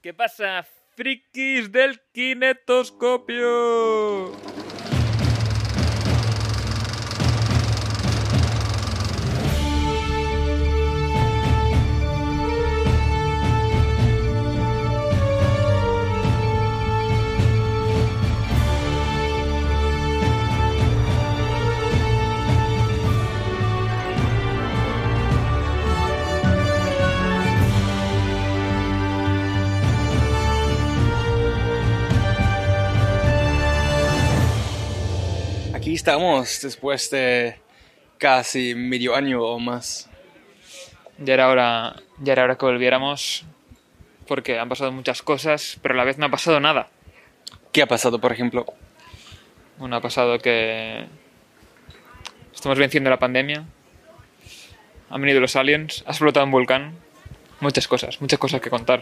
¿Qué pasa, frikis del kinetoscopio? Aquí estamos después de casi medio año o más. Ya era hora que volviéramos, porque han pasado muchas cosas, pero a la vez no ha pasado nada. ¿Qué ha pasado, por ejemplo? Bueno, ha pasado que estamos venciendo la pandemia, han venido los aliens, ha explotado un volcán, muchas cosas que contar.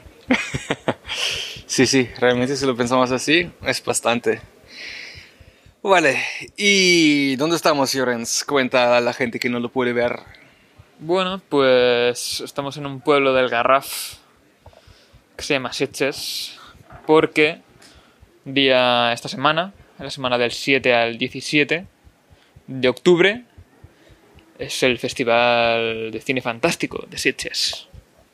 Sí, realmente si lo pensamos así, es bastante. Vale, ¿y dónde estamos, Llorens? Cuenta a la gente que no lo puede ver. Bueno, pues estamos en un pueblo del Garraf que se llama Sitges, porque esta semana, la semana del 7 al 17 de octubre, es el Festival de Cine Fantástico de Sitges.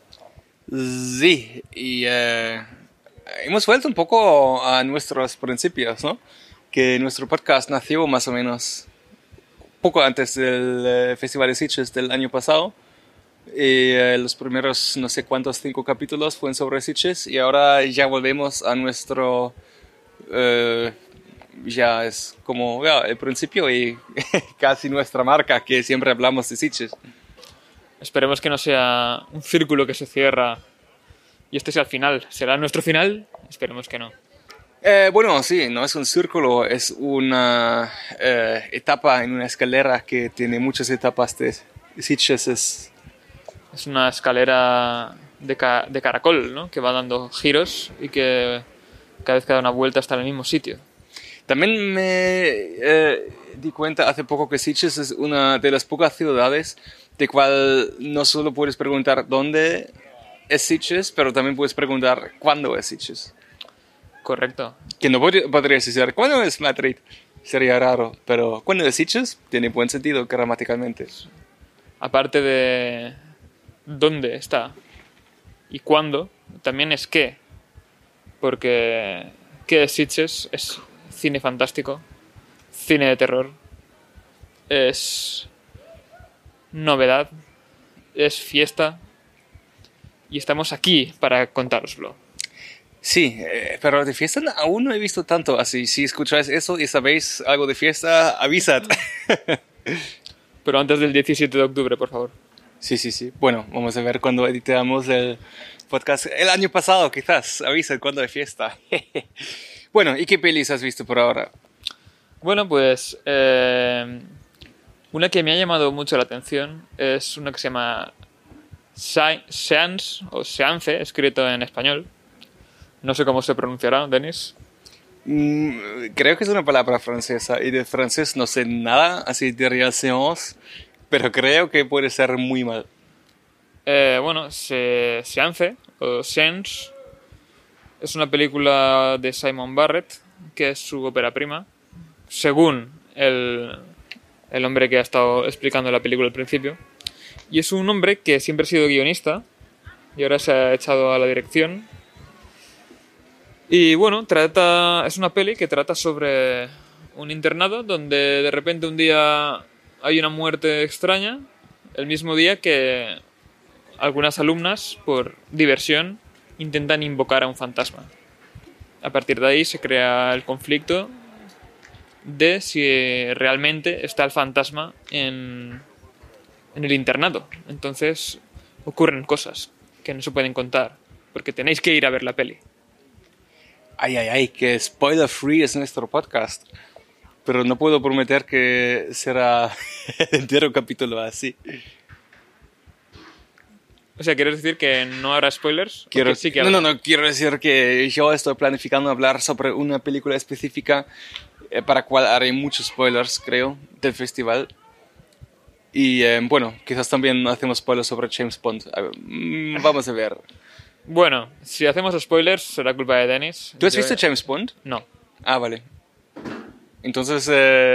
Sí, y hemos vuelto un poco a nuestros principios, ¿no? Que nuestro podcast nació más o menos poco antes del Festival de Sitges del año pasado. Y los primeros no sé cuántos 5 capítulos fueron sobre Sitges y ahora ya volvemos a nuestro... ya es como el principio y casi nuestra marca, que siempre hablamos de Sitges. Esperemos que no sea un círculo que se cierra y este sea el final. ¿Será nuestro final? Esperemos que no. Bueno, sí, no es un círculo, es una etapa en una escalera que tiene muchas etapas de Sitges. Es una escalera de caracol, ¿no? Que va dando giros y que cada vez que da una vuelta está en el mismo sitio. También me di cuenta hace poco que Sitges es una de las pocas ciudades de cual no solo puedes preguntar dónde es Sitges, pero también puedes preguntar cuándo es Sitges. Correcto. Que no podrías decir cuándo es Madrid, sería raro, pero cuándo es Sitges tiene buen sentido gramaticalmente. Aparte de dónde está y cuándo, también es qué. Porque ¿qué es Sitges? Es cine fantástico, cine de terror, es novedad, es fiesta y estamos aquí para contároslo. Sí, pero de fiesta aún no he visto tanto, así si escucháis eso y sabéis algo de fiesta, avisad. Pero antes del 17 de octubre, por favor. Sí. Bueno, vamos a ver cuando editamos el podcast. El año pasado, quizás. Avisad cuando hay fiesta. Bueno, ¿y qué pelis has visto por ahora? Bueno, pues una que me ha llamado mucho la atención es una que se llama Seance, o Seance, escrito en español. No sé cómo se pronunciará, Denis. Creo que es una palabra francesa y de francés no sé nada, así diría séance, pero creo que puede ser muy mal. Bueno, Seance o Seance es una película de Simon Barrett, que es su ópera prima, según el hombre que ha estado explicando la película al principio. Y es un hombre que siempre ha sido guionista y ahora se ha echado a la dirección. Y bueno, es una peli que trata sobre un internado donde de repente un día hay una muerte extraña, el mismo día que algunas alumnas, por diversión, intentan invocar a un fantasma. A partir de ahí se crea el conflicto de si realmente está el fantasma en el internado. Entonces ocurren cosas que no se pueden contar, porque tenéis que ir a ver la peli. Ay, que spoiler free es nuestro podcast. Pero no puedo prometer que será el entero capítulo así. O sea, ¿quieres decir que no habrá spoilers? No, quiero decir que yo estoy planificando hablar sobre una película específica para cual haré muchos spoilers, creo, del festival. Y bueno, quizás también hacemos spoilers sobre James Bond. Vamos a ver. Bueno, si hacemos spoilers será culpa de Dennis. ¿Tú has visto James Bond? No. Ah, vale. Entonces,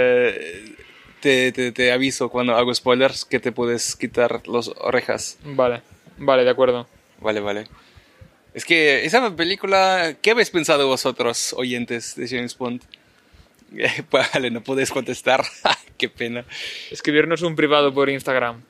te aviso cuando hago spoilers que te puedes quitar las orejas. Vale, vale, de acuerdo. Vale. Es que esa película, ¿qué habéis pensado vosotros, oyentes de James Bond? Vale, no podéis contestar. Qué pena. Escribirnos un privado por Instagram.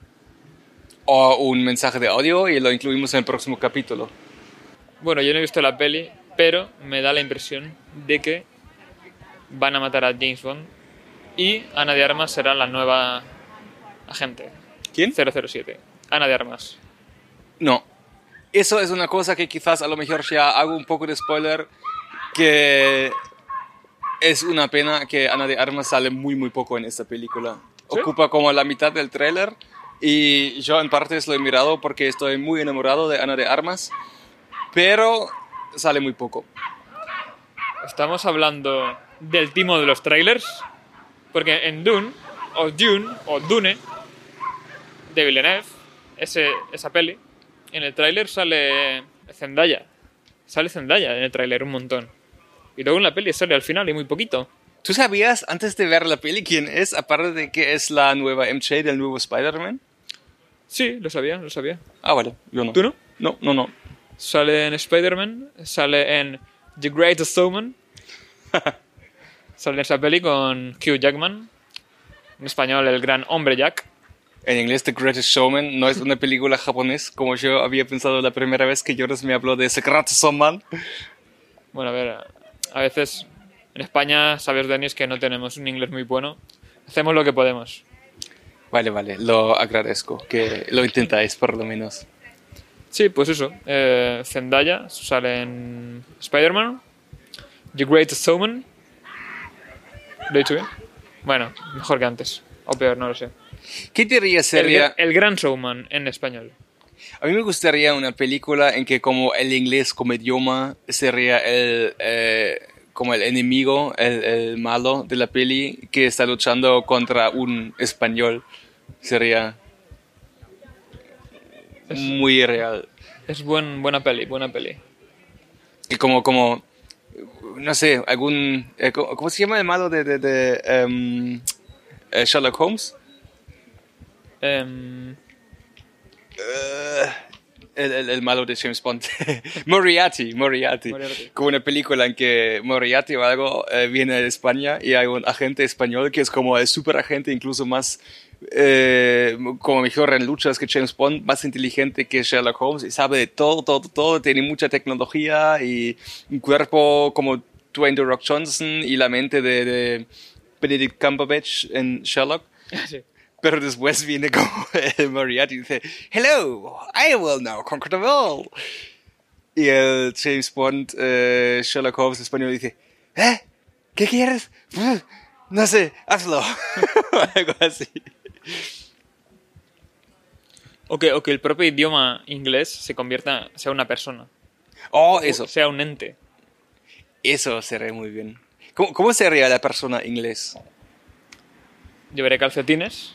O un mensaje de audio y lo incluimos en el próximo capítulo. Bueno, yo no he visto la peli, pero me da la impresión de que van a matar a James Bond y Ana de Armas será la nueva agente. ¿Quién? 007. Ana de Armas. No. Eso es una cosa que quizás a lo mejor ya hago un poco de spoiler, que es una pena que Ana de Armas sale muy poco en esta película. ¿Sí? Ocupa como la mitad del tráiler y yo en parte lo he mirado porque estoy muy enamorado de Ana de Armas, pero sale muy poco. Estamos hablando del timo de los trailers, porque en Dune, o Dune, de Villeneuve, esa peli, en el tráiler sale Zendaya. Sale Zendaya en el tráiler un montón. Y luego en la peli sale al final y muy poquito. ¿Tú sabías antes de ver la peli quién es, aparte de que es la nueva MJ del nuevo Spider-Man? Sí, lo sabía. Ah, vale, yo no. ¿Tú no? No. Sale en Spider-Man, sale en The Greatest Showman. Sale en esa peli con Hugh Jackman. En español, el gran hombre Jack. En inglés, The Greatest Showman no es una película japonés, como yo había pensado la primera vez que Jonas me habló de ese Greatest Showman. Bueno, a ver, a veces en España, sabes, Denis, que no tenemos un inglés muy bueno. Hacemos lo que podemos. Vale, lo agradezco, que lo intentáis por lo menos. Sí, pues eso. Zendaya sale en Spider-Man. The Greatest Showman. ¿Lo he dicho bien? Bueno, mejor que antes. O peor, no lo sé. ¿Qué diría sería? El Gran Showman en español. A mí me gustaría una película en que como el inglés como idioma sería como el enemigo, el malo de la peli que está luchando contra un español. Sería muy real. Es buena peli. Y como no sé, ¿cómo se llama el malo de Sherlock Holmes? El malo de James Bond. Moriarty. Como una película en que Moriarty o algo viene de España y hay un agente español que es como el super agente, incluso más como mejor en luchas que James Bond, más inteligente que Sherlock Holmes y sabe de todo, tiene mucha tecnología y un cuerpo como Dwayne The Rock Johnson y la mente de Benedict Cumberbatch en Sherlock. Sí. Pero después viene como el Moriarty y dice, "Hello, I will now conquer the world." Y el James Bond, Sherlock Holmes español dice, ¿qué quieres? No sé, hazlo. Algo así. O que el propio idioma inglés sea una persona. Oh, eso. Sea un ente. Eso sería muy bien. ¿Cómo sería la persona inglés? Llevaré calcetines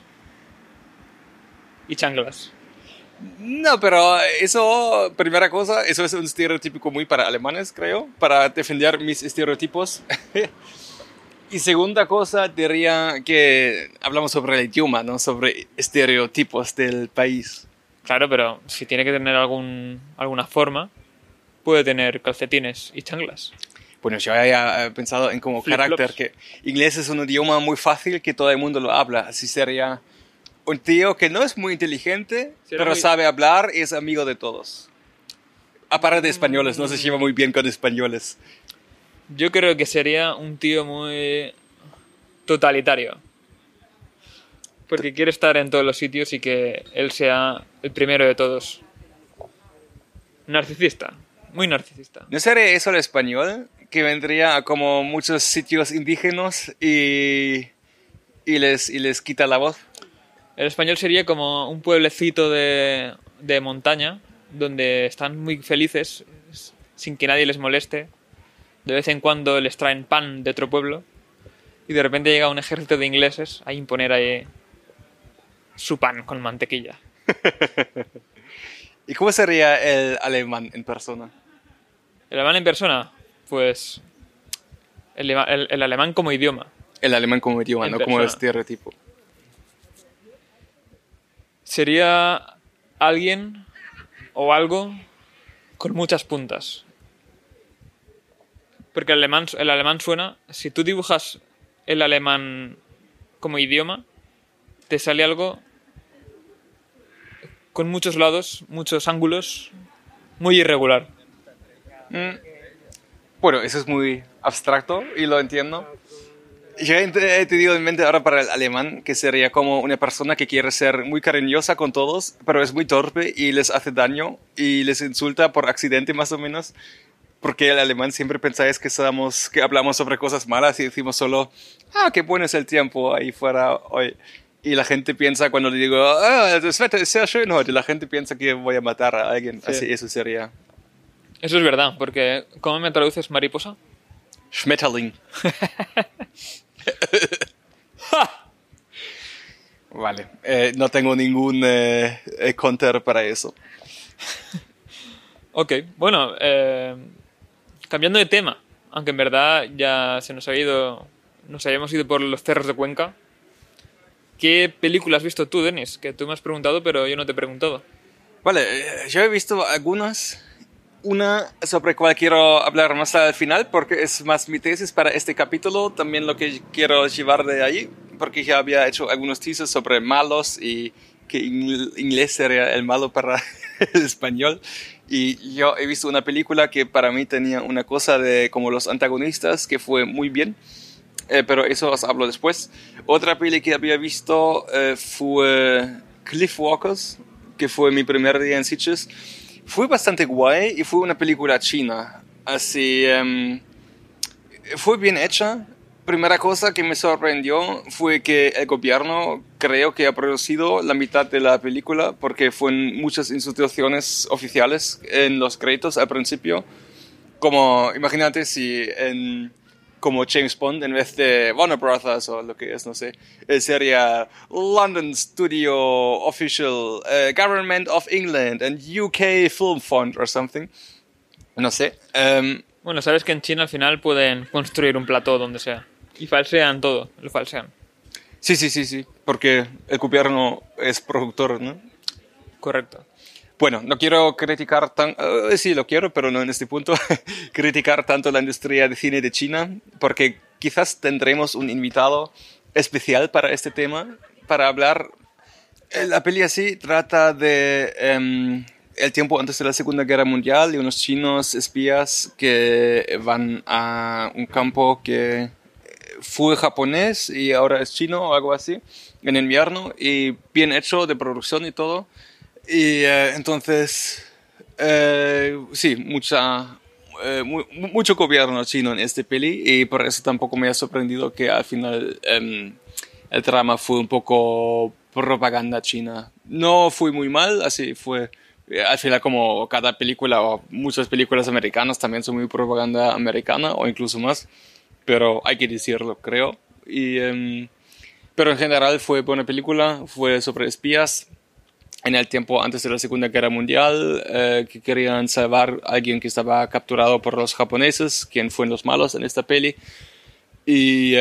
y chanclas. No, pero eso, primera cosa, eso es un estereotipo muy para alemanes, creo, para defender mis estereotipos. Y segunda cosa, diría que hablamos sobre el idioma, ¿no? Sobre estereotipos del país. Claro, pero si tiene que tener alguna forma, puede tener calcetines y chanclas. Bueno, yo había pensado en como carácter que inglés es un idioma muy fácil que todo el mundo lo habla. Así sería un tío que no es muy inteligente, pero sabe hablar y es amigo de todos. Aparte de españoles, no se lleva muy bien con españoles. Yo creo que sería un tío muy totalitario. Porque quiere estar en todos los sitios y que él sea el primero de todos. Narcisista. Muy narcisista. ¿No sería eso el español? Que vendría a como muchos sitios indígenas y les quita la voz. El español sería como un pueblecito de montaña donde están muy felices sin que nadie les moleste. De vez en cuando les traen pan de otro pueblo y de repente llega un ejército de ingleses a imponer ahí su pan con mantequilla. ¿Y cómo sería el alemán en persona? El alemán en persona, pues el alemán como idioma. El alemán como idioma, En no como persona. estereotipo. Sería alguien o algo con muchas puntas. Porque el alemán suena, si tú dibujas el alemán como idioma, te sale algo con muchos lados, muchos ángulos, muy irregular. Bueno, eso es muy abstracto y lo entiendo. Yo he tenido en mente ahora para el alemán que sería como una persona que quiere ser muy cariñosa con todos, pero es muy torpe y les hace daño y les insulta por accidente más o menos. Porque el alemán siempre pensáis que hablamos sobre cosas malas y decimos solo, qué bueno es el tiempo ahí fuera hoy. Y la gente piensa cuando le digo, das Wetter ist sehr schön heute, la gente piensa que voy a matar a alguien. Sí. Así, eso sería Eso es verdad, porque ¿cómo me traduces mariposa? Schmetterling. Vale, no tengo ningún counter para eso. Ok, bueno, cambiando de tema, aunque en verdad ya nos habíamos ido por los cerros de Cuenca. ¿Qué película has visto tú, Denis? Que tú me has preguntado, pero yo no te he preguntado. Vale, yo he visto algunas. Una sobre cual quiero hablar más al final, porque es más mi tesis para este capítulo, también lo que quiero llevar de ahí, porque ya había hecho algunos teasers sobre malos y que inglés sería el malo para el español. Y yo he visto una película que para mí tenía una cosa de como los antagonistas, que fue muy bien. Pero eso os hablo después. Otra peli que había visto fue Cliff Walkers, que fue mi primer día en Sitges. Fue bastante guay y fue una película china. Así, fue bien hecha. Primera cosa que me sorprendió fue que el gobierno creo que ha producido la mitad de la película porque fueron muchas instituciones oficiales en los créditos al principio. Como, imagínate si como James Bond, en vez de Warner Brothers o lo que es, no sé, sería London Studio Official, Government of England and UK Film Fund or something. No sé. Bueno, sabes que en China al final pueden construir un plató donde sea. Y falsean todo, lo falsean. Sí, porque el gobierno es productor, ¿no? Correcto. Bueno, no quiero criticar sí, lo quiero, pero no en este punto, criticar tanto la industria de cine de China, porque quizás tendremos un invitado especial para este tema, para hablar. La peli así trata de el tiempo antes de la Segunda Guerra Mundial y unos chinos espías que van a un campo que fue japonés y ahora es chino o algo así, en invierno, y bien hecho de producción y todo. Y entonces, sí, mucho gobierno chino en este peli y por eso tampoco me ha sorprendido que al final el trama fue un poco propaganda china. No fue muy mal, así fue. Al final como cada película o muchas películas americanas también son muy propaganda americana o incluso más, pero hay que decirlo, creo. Pero en general fue buena película, fue sobre espías en el tiempo antes de la Segunda Guerra Mundial, que querían salvar a alguien que estaba capturado por los japoneses, quien fueron los malos en esta peli. Y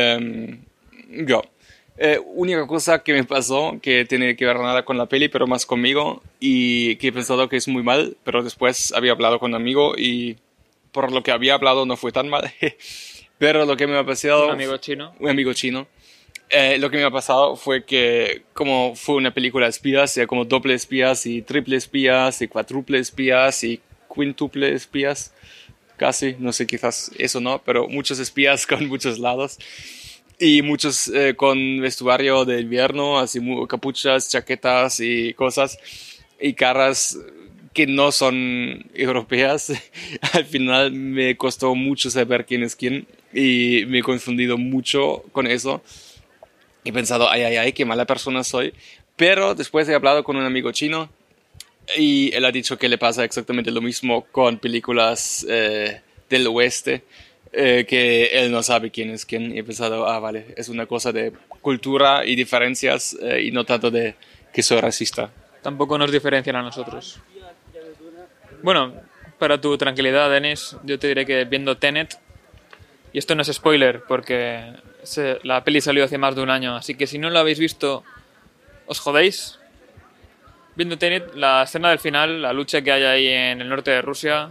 única cosa que me pasó, que tiene que ver nada con la peli, pero más conmigo, y que he pensado que es muy mal, pero después había hablado con un amigo y por lo que había hablado no fue tan mal. Pero lo que me ha pasado... Un amigo chino. Un amigo chino. Lo que me ha pasado fue que como fue una película de espías, era como doble espías y triple espías y cuádruple espías y quintuple espías, casi, no sé, quizás eso no, pero muchos espías con muchos lados y muchos con vestuario de invierno, así capuchas, chaquetas y cosas y caras que no son europeas. Al final me costó mucho saber quién es quién y me he confundido mucho con eso. He pensado, ay, qué mala persona soy. Pero después he hablado con un amigo chino y él ha dicho que le pasa exactamente lo mismo con películas del oeste, que él no sabe quién es quién. Y he pensado, vale, es una cosa de cultura y diferencias y no tanto de que soy racista. Tampoco nos diferencian a nosotros. Bueno, para tu tranquilidad, Denis, yo te diré que viendo Tenet, y esto no es spoiler porque la peli salió hace más de un año, así que si no lo habéis visto, os jodéis. Viendo Tenet, la escena del final, la lucha que hay ahí en el norte de Rusia,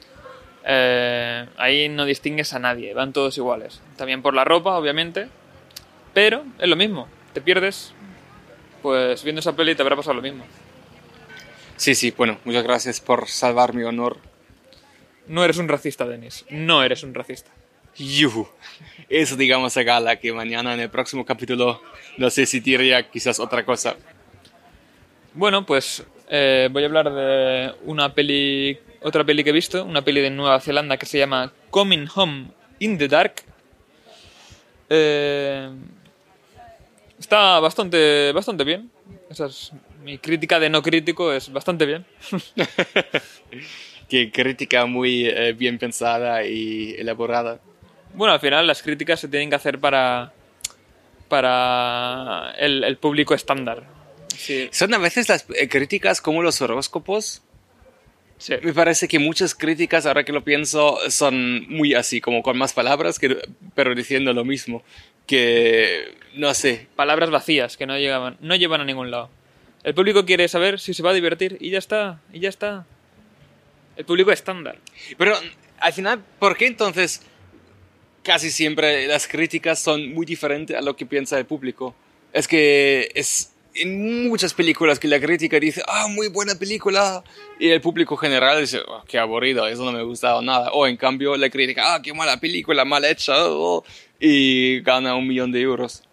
ahí no distingues a nadie, van todos iguales. También por la ropa, obviamente, pero es lo mismo, te pierdes, pues viendo esa peli te habrá pasado lo mismo. Sí, sí, bueno, muchas gracias por salvar mi honor. No eres un racista, Denis, no eres un racista. Yuhu. Eso digamos a Gala, que mañana en el próximo capítulo no sé si diría quizás otra cosa. Bueno, pues voy a hablar de otra peli que he visto, una peli de Nueva Zelanda que se llama Coming Home in the Dark. Está bastante bien. Esa es mi crítica de no crítico, es bastante bien. Qué crítica muy bien pensada y elaborada. Bueno, al final las críticas se tienen que hacer para el público estándar. Sí. Son a veces las críticas como los horóscopos. Sí. Me parece que muchas críticas, ahora que lo pienso, son muy así, como con más palabras, pero diciendo lo mismo. Que, no sé. Palabras vacías que no llevan a ningún lado. El público quiere saber si se va a divertir y ya está. El público estándar. Pero al final, ¿por qué entonces casi siempre las críticas son muy diferentes a lo que piensa el público? Es que es en muchas películas que la crítica dice, muy buena película, y el público general dice, qué aburrido, eso no me ha gustado nada. O en cambio la crítica, qué mala película, mal hecha, y gana 1 millón de euros.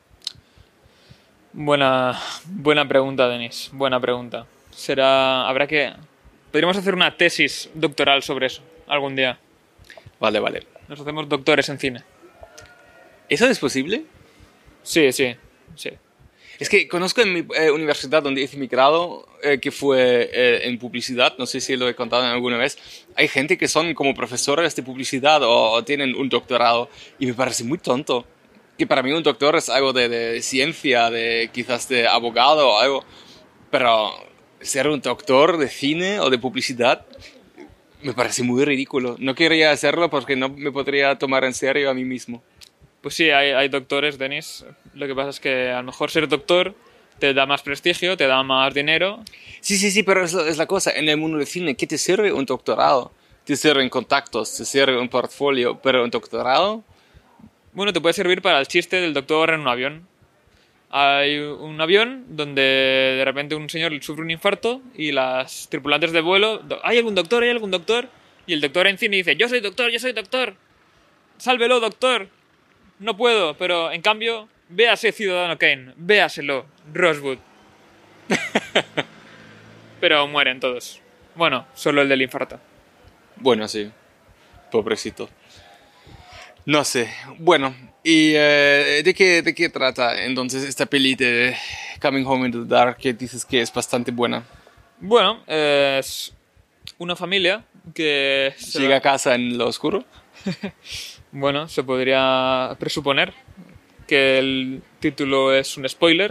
Buena pregunta, Denis. Buena pregunta. Podríamos hacer una tesis doctoral sobre eso algún día. Vale, vale. Nos hacemos doctores en cine. ¿Eso es posible? Sí. Es que conozco en mi universidad donde hice mi grado, que fue en publicidad, no sé si lo he contado alguna vez, hay gente que son como profesores de publicidad o tienen un doctorado y me parece muy tonto. Que para mí un doctor es algo de ciencia, quizás de abogado o algo, pero ser un doctor de cine o de publicidad me parece muy ridículo. No quería hacerlo porque no me podría tomar en serio a mí mismo. Pues sí, hay doctores, Denis. Lo que pasa es que a lo mejor ser doctor te da más prestigio, te da más dinero. Sí, pero es la cosa. En el mundo del cine, ¿qué te sirve un doctorado? Te sirven contactos, te sirve un portfolio, pero un doctorado... Bueno, te puede servir para el chiste del doctor en un avión. Hay un avión donde de repente un señor sufre un infarto y las tripulantes de vuelo... ¿Hay algún doctor? Y el doctor en cine dice, yo soy doctor. Sálvelo, doctor. No puedo, pero en cambio, véase Ciudadano Kane, véaselo, Rosewood. Pero mueren todos. Bueno, solo el del infarto. Bueno, sí. Pobrecito. No sé. Bueno, ¿y de qué trata entonces esta peli de Coming Home in the Dark que dices que es bastante buena? Bueno, es una familia que... ¿Llega a casa en lo oscuro? Bueno, se podría presuponer que el título es un spoiler,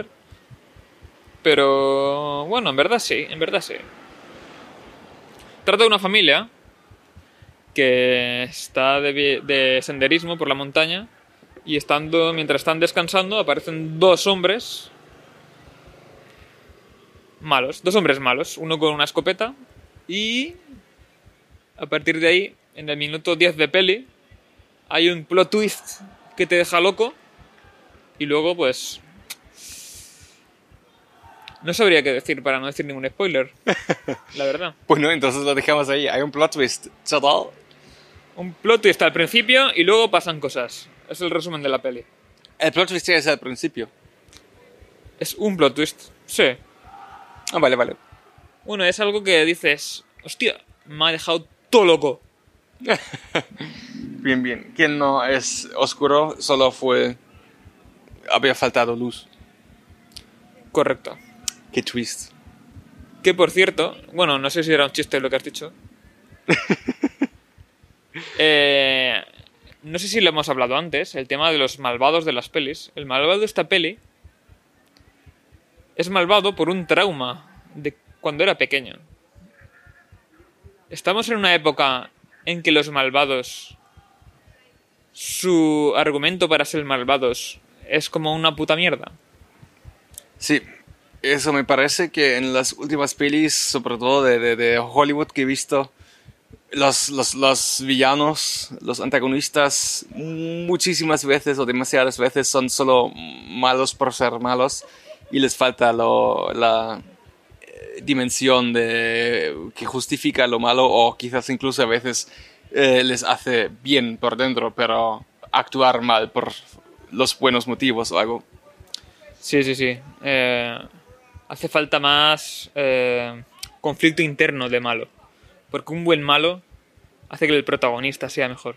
pero bueno, en verdad sí. Trata de una familia que está de senderismo por la montaña y mientras están descansando aparecen dos hombres malos, uno con una escopeta y a partir de ahí, en el minuto 10 de peli, hay un plot twist que te deja loco y luego pues... No sabría qué decir para no decir ningún spoiler, la verdad. Bueno, entonces lo dejamos ahí. Hay un plot twist. ¿Total? Un plot twist al principio y luego pasan cosas. Es el resumen de la peli. El plot twist es al principio. Es un plot twist, sí. Vale. Bueno, es algo que dices... Hostia, me ha dejado todo loco. Bien. ¿Quién no es oscuro? Solo había faltado luz. Correcto. Qué twist. Que por cierto... Bueno, no sé si era un chiste lo que has dicho. No sé si lo hemos hablado antes. El tema de los malvados de las pelis. El malvado de esta peli... Es malvado por un trauma de cuando era pequeño. Estamos en una época en que los malvados, su argumento para ser malvados es como una puta mierda. Sí, eso me parece que en las últimas pelis, sobre todo de Hollywood que he visto, los villanos, los antagonistas, muchísimas veces o demasiadas veces son solo malos por ser malos y les falta la dimensión que justifica lo malo o quizás incluso a veces les hace bien por dentro, pero actuar mal por los buenos motivos o algo. Sí, sí, sí. Hace falta más conflicto interno de malo. Porque un buen malo hace que el protagonista sea mejor.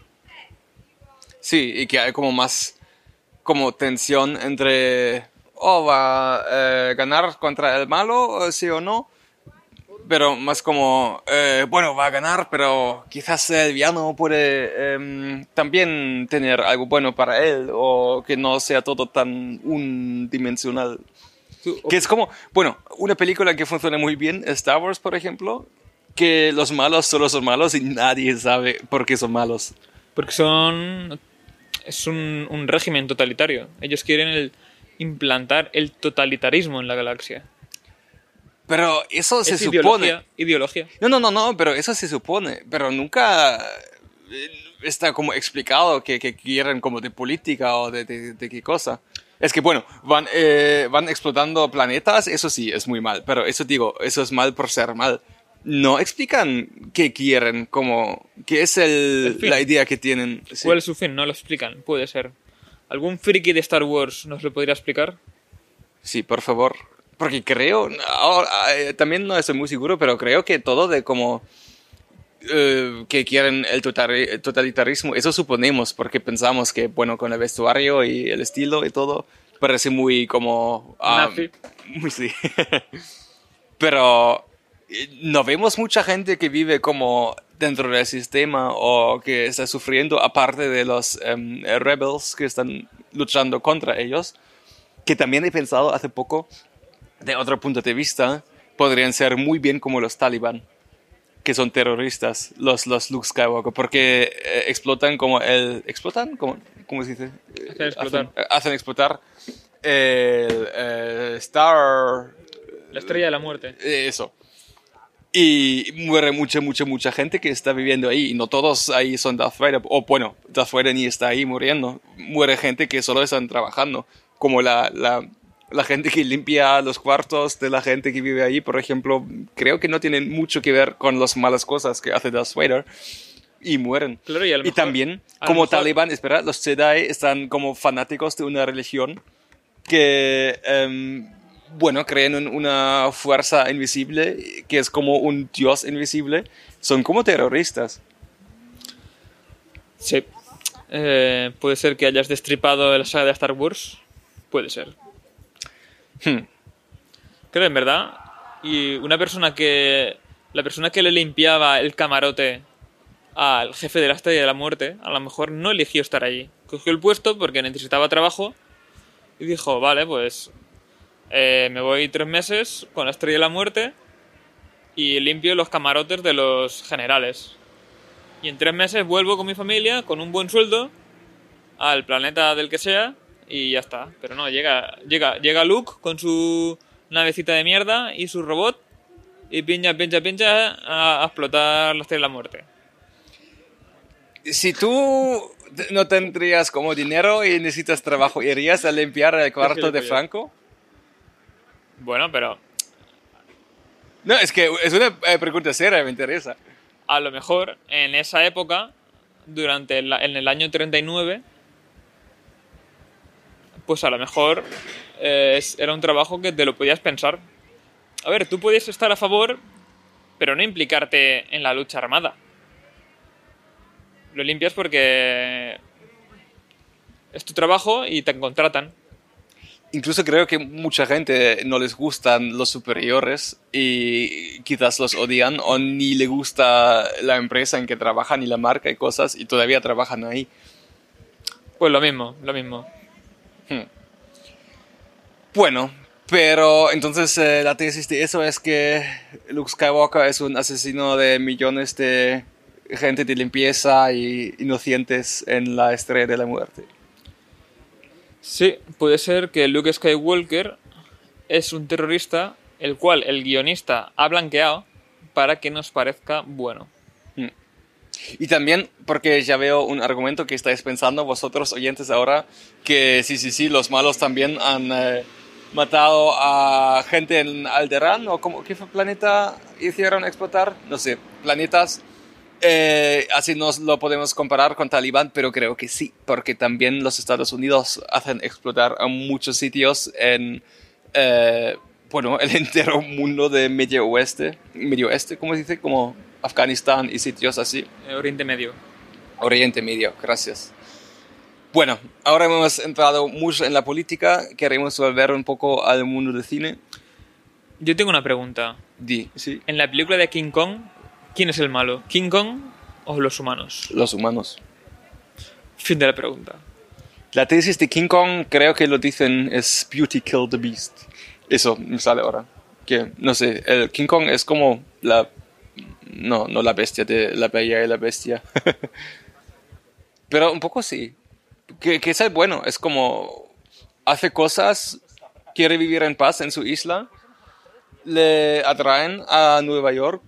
Sí, y que hay como más como tensión entre va a ganar contra el malo, sí o no, pero más como bueno, va a ganar, pero quizás el villano puede también tener algo bueno para él o que no sea todo tan unidimensional. Que es como, bueno, una película que funciona muy bien, Star Wars, por ejemplo, que los malos solo son malos y nadie sabe por qué son malos. Porque es un régimen totalitario. Ellos quieren implantar el totalitarismo en la galaxia. Pero eso se supone. supone. Ideología. No, pero eso se supone. Pero nunca está como explicado que quieren como de política o de qué cosa. Es que bueno, van explotando planetas, eso sí, es muy mal. Pero eso digo, eso es mal por ser mal. No explican qué quieren, qué es la idea que tienen. Sí. ¿Cuál es su fin? No lo explican, puede ser. ¿Algún friki de Star Wars nos lo podría explicar? Sí, por favor. Porque creo, también no estoy muy seguro, pero creo que todo de como que quieren el totalitarismo, eso suponemos, porque pensamos que, bueno, con el vestuario y el estilo y todo, parece muy como... Nazi. Muy sí. Pero no vemos mucha gente que vive como dentro del sistema o que está sufriendo, aparte de los rebels que están luchando contra ellos, que también he pensado hace poco, de otro punto de vista, podrían ser muy bien como los talibán, que son terroristas, los Luke Skywalker, porque explotan como ¿explotan? ¿Cómo se dice? Hacen explotar. Hacen explotar el Star... La estrella de la muerte. Eso. Y muere mucha gente que está viviendo ahí. Y no todos ahí son Darth Vader. O bueno, Darth Vader ni está ahí muriendo. Muere gente que solo están trabajando. Como la gente que limpia los cuartos de la gente que vive ahí, por ejemplo. Creo que no tienen mucho que ver con las malas cosas que hace Darth Vader. Y mueren. Claro, y, y también, como talibán, espera, los Jedi están como fanáticos de una religión que... bueno, creen en una fuerza invisible que es como un dios invisible. Son como terroristas. Sí. Puede ser que hayas destripado la saga de Star Wars. Puede ser. Creo, en verdad. Y la persona que le limpiaba el camarote al jefe de la Estrella de la Muerte, a lo mejor no eligió estar allí. Cogió el puesto porque necesitaba trabajo y dijo, vale, pues... me voy 3 meses con la Estrella de la Muerte y limpio los camarotes de los generales. Y en 3 meses vuelvo con mi familia, con un buen sueldo, al planeta del que sea, y ya está. Pero no, llega Luke con su navecita de mierda y su robot, y pincha a explotar la Estrella de la Muerte. Si tú no tendrías como dinero y necesitas trabajo, ¿irías a limpiar el cuarto de Franco? Bueno, pero... No, es que es una pregunta seria, me interesa. A lo mejor, en esa época, en el año 39, pues a lo mejor era un trabajo que te lo podías pensar. A ver, tú podías estar a favor, pero no implicarte en la lucha armada. Lo limpias porque es tu trabajo y te contratan. Incluso creo que mucha gente no les gustan los superiores y quizás los odian o ni le gusta la empresa en que trabajan ni la marca y cosas y todavía trabajan ahí. Pues lo mismo. Bueno, Pero entonces la tesis de eso es que Luke Skywalker es un asesino de millones de gente de limpieza y inocentes en la Estrella de la Muerte. Sí, puede ser que Luke Skywalker es un terrorista el cual el guionista ha blanqueado para que nos parezca bueno. Y también porque ya veo un argumento que estáis pensando vosotros oyentes ahora, que sí, los malos también han matado a gente en Alderaan, o ¿qué planeta hicieron explotar? No sé, planetas. Así nos lo podemos comparar con Talibán, pero creo que sí, porque también los Estados Unidos hacen explotar a muchos sitios en, el entero mundo de Medio Oeste, ¿cómo se dice? Como Afganistán y sitios así. Oriente Medio. Oriente Medio, gracias. Bueno, ahora hemos entrado mucho en la política, queremos volver un poco al mundo del cine. Yo tengo una pregunta. Sí. En la película de King Kong, ¿quién es el malo? ¿King Kong o los humanos? Los humanos. Fin de la pregunta. La tesis de King Kong, creo que lo dicen, es Beauty Killed the Beast. Eso me sale ahora. Que, no sé, el King Kong es como la... No la bestia de La Bella y la Bestia. Pero un poco sí. Que es el bueno. Es como... Hace cosas, quiere vivir en paz en su isla. Le atraen a Nueva York.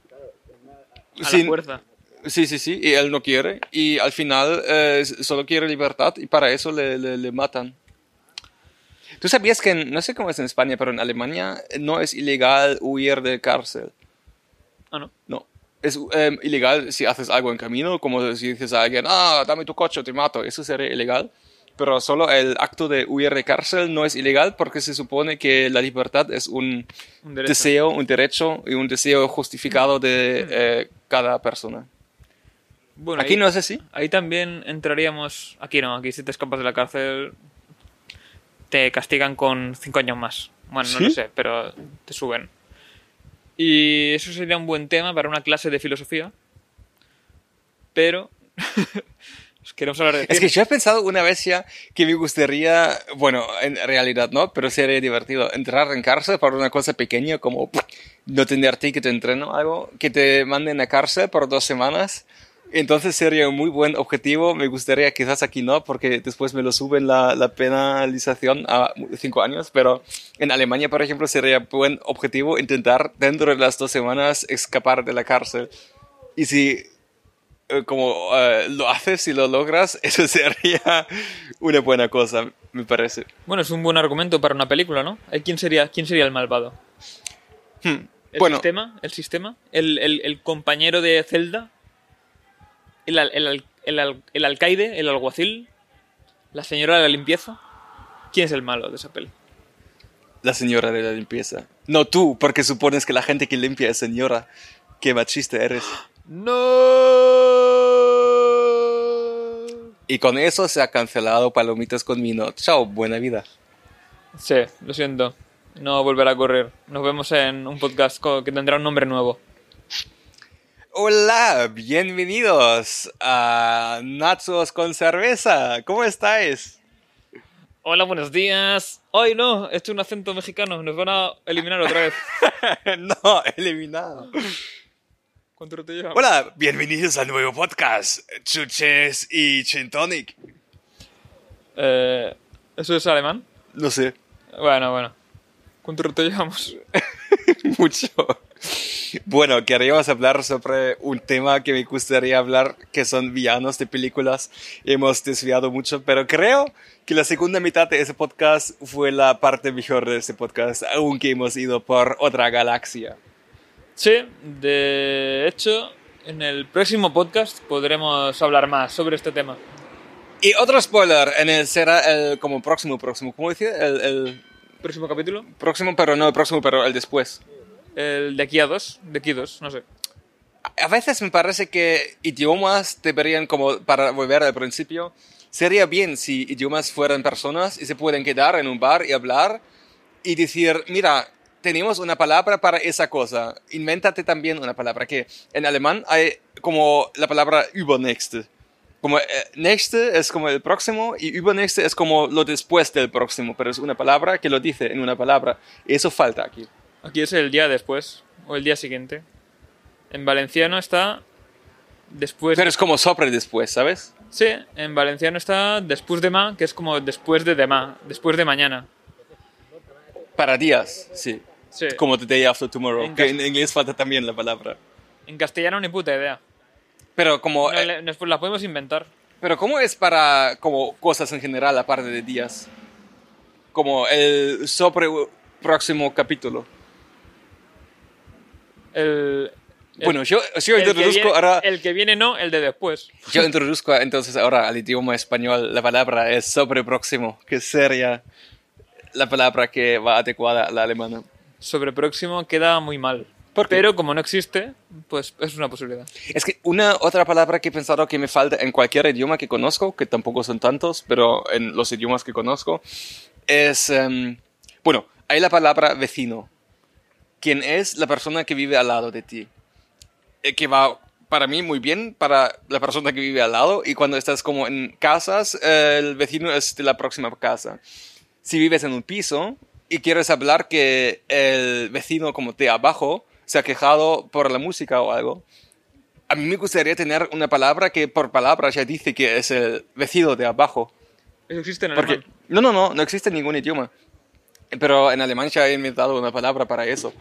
A la fuerza. Sí, y él no quiere. Y al final solo quiere libertad y para eso le matan. ¿Tú sabías que, no sé cómo es en España, pero en Alemania no es ilegal huir de cárcel? Ah, ¿no? No. Es ilegal si haces algo en camino, como si dices a alguien, dame tu coche, te mato. Eso sería ilegal. Pero solo el acto de huir de cárcel no es ilegal porque se supone que la libertad es un deseo, un derecho y un deseo justificado de cada persona. Bueno, aquí ahí, no es así. Ahí también entraríamos... Aquí no, aquí si te escapas de la cárcel te castigan con 5 años más. Bueno, no ¿Sí? lo sé, pero te suben. Y eso sería un buen tema para una clase de filosofía. Pero... queremos hablar de cine. Es que yo he pensado una vez ya que me gustaría, bueno, en realidad no, pero sería divertido entrar en cárcel por una cosa pequeña como no tener ticket de entreno o algo, que te manden a cárcel por 2 semanas. Entonces sería un muy buen objetivo. Me gustaría, quizás aquí no, porque después me lo suben la penalización a 5 años, pero en Alemania, por ejemplo, sería buen objetivo intentar dentro de las 2 semanas escapar de la cárcel. Y si lo haces y lo logras, eso sería una buena cosa, me parece. Bueno, es un buen argumento para una película, ¿no? ¿Quién sería el malvado? ¿El sistema? ¿El compañero de Zelda? ¿El alcaide? ¿El alguacil? ¿La señora de la limpieza? ¿Quién es el malo de esa peli? La señora de la limpieza. No tú, porque supones que la gente que limpia es señora. Qué machista eres. ¡No! Y con eso se ha cancelado Palomitas con Vino. Chao, buena vida. Sí, lo siento. No volverá a correr. Nos vemos en un podcast que tendrá un nombre nuevo. Hola, bienvenidos a Nachos con Cerveza. ¿Cómo estáis? Hola, buenos días. ¡Ay, no! Esto es un acento mexicano. Nos van a eliminar otra vez. No, eliminado. ¿Cuánto te llevamos? Hola, bienvenidos al nuevo podcast, Chuches y Gin Tonic. ¿Eso es alemán? No sé. Bueno. ¿Cuánto te llevamos? Mucho. Bueno, queríamos hablar sobre un tema que me gustaría hablar, que son villanos de películas. Hemos desviado mucho, pero creo que la segunda mitad de ese podcast fue la parte mejor de ese podcast, aunque hemos ido por otra galaxia. Sí, de hecho, en el próximo podcast podremos hablar más sobre este tema. Y otro spoiler, será el como próximo, ¿cómo decía? El ¿Próximo capítulo? próximo, pero no el próximo, pero el después. El de aquí a 2, no sé. A veces me parece que idiomas deberían, como para volver al principio, sería bien si idiomas fueran personas y se pueden quedar en un bar y hablar y decir, mira, tenemos una palabra para esa cosa, invéntate también una palabra, que en alemán hay como la palabra übernächste, Como nächste es como el próximo y übernächste es como lo después del próximo, pero es una palabra que lo dice en una palabra. Y eso falta aquí. Aquí es el día después o el día siguiente. En valenciano está después. Pero es como sobre después, ¿sabes? Sí, en valenciano está después de ma, que es como después de demà, después de mañana. Para días, sí. Sí. Como the day after tomorrow. En Que en inglés falta también la palabra. En castellano ni puta idea. Pero como... Después la podemos inventar. pero ¿cómo es para como cosas en general aparte de días? Como el sobre próximo capítulo. Bueno, yo introduzco ahora... El que viene no, el de después. Yo introduzco entonces ahora al idioma español. La palabra es sobre próximo, que sería la palabra que va adecuada a la alemana. Sobre próximo queda muy mal. ¿Por qué? Pero como no existe, pues es una posibilidad. Es que una otra palabra que he pensado que me falta en cualquier idioma que conozco, que tampoco son tantos, pero en los idiomas que conozco, es... bueno, hay la palabra vecino. Quien es la persona que vive al lado de ti. Que va para mí muy bien para la persona que vive al lado. Y cuando estás como en casas, el vecino es de la próxima casa. Si vives en un piso y quieres hablar que el vecino como de abajo se ha quejado por la música o algo, a mí me gustaría tener una palabra que por palabra ya dice que es el vecino de abajo. Eso existe en Porque, alemán. no existe en ningún idioma. Pero en alemán ya he inventado una palabra para eso.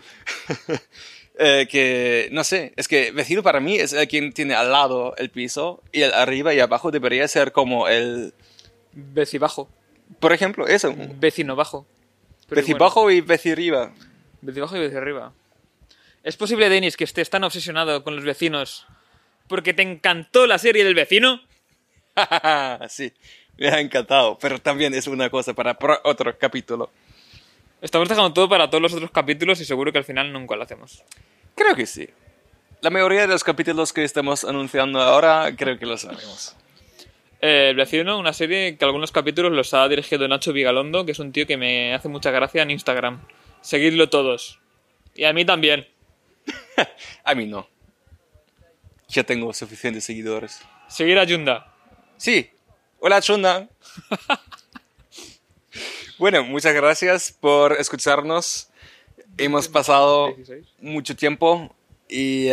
Que, no sé, es que vecino para mí es el quien tiene al lado el piso y el arriba y abajo debería ser como el... Vecibajo. Por ejemplo, eso. Vecino bajo. Pero Vecibajo y vecirriba. Vecibajo y veciarriba. ¿Es posible, Denis, que estés tan obsesionado con los vecinos porque te encantó la serie del vecino? Sí, me ha encantado. Pero también es una cosa para otro capítulo. Estamos dejando todo para todos los otros capítulos y seguro que al final nunca lo hacemos. Creo que sí. La mayoría de los capítulos que estamos anunciando ahora creo que los haremos. El vecino, una serie que algunos capítulos los ha dirigido Nacho Vigalondo, que es un tío que me hace mucha gracia en Instagram. Seguidlo todos. Y a mí también. A mí no. Ya tengo suficientes seguidores. Seguir a Yunda. Sí. Hola, Chunda. Bueno, muchas gracias por escucharnos. Hemos pasado 16. mucho tiempo y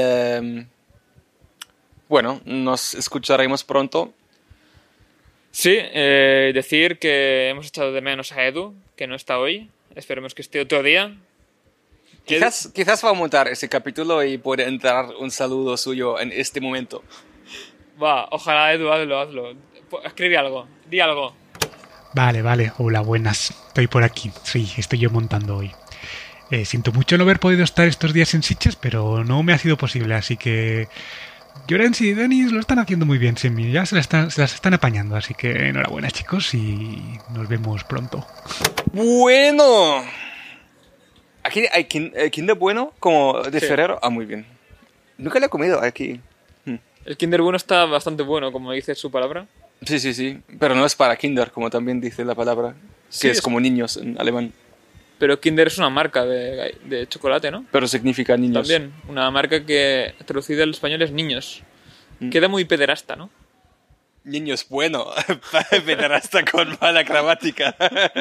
bueno, nos escucharemos pronto. Sí, decir que hemos echado de menos a Edu, que no está hoy. Esperemos que esté otro día. Quizás va a montar ese capítulo y puede entrar un saludo suyo en este momento. Va, ojalá Edu, hazlo. Escribe algo, di algo. Vale, hola, buenas. Estoy por aquí. Sí, estoy yo montando hoy. Siento mucho no haber podido estar estos días en Sitges, pero no me ha sido posible, así que... Llorens y Denis lo están haciendo muy bien sin mí. Ya se las están apañando, así que enhorabuena, chicos, y nos vemos pronto. Bueno. Aquí hay Kinder Bueno, como de Sí. Ferrero. Ah, muy bien. Nunca lo he comido aquí. El Kinder Bueno está bastante bueno, como dice su palabra. Sí. Pero no es para Kinder, como también dice la palabra. Sí, Que es es- como niños en alemán. Pero Kinder es una marca de chocolate, ¿no? Pero significa niños. También, una marca que traducida al español es niños. Queda muy pederasta, ¿no? Niños bueno. Pederasta con mala gramática.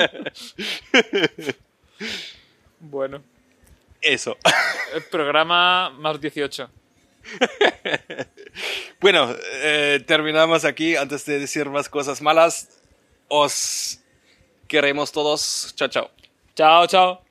Bueno. Eso. El programa más 18. Bueno, terminamos aquí. Antes de decir más cosas malas, os queremos todos. Chao, chao. Chao, chao.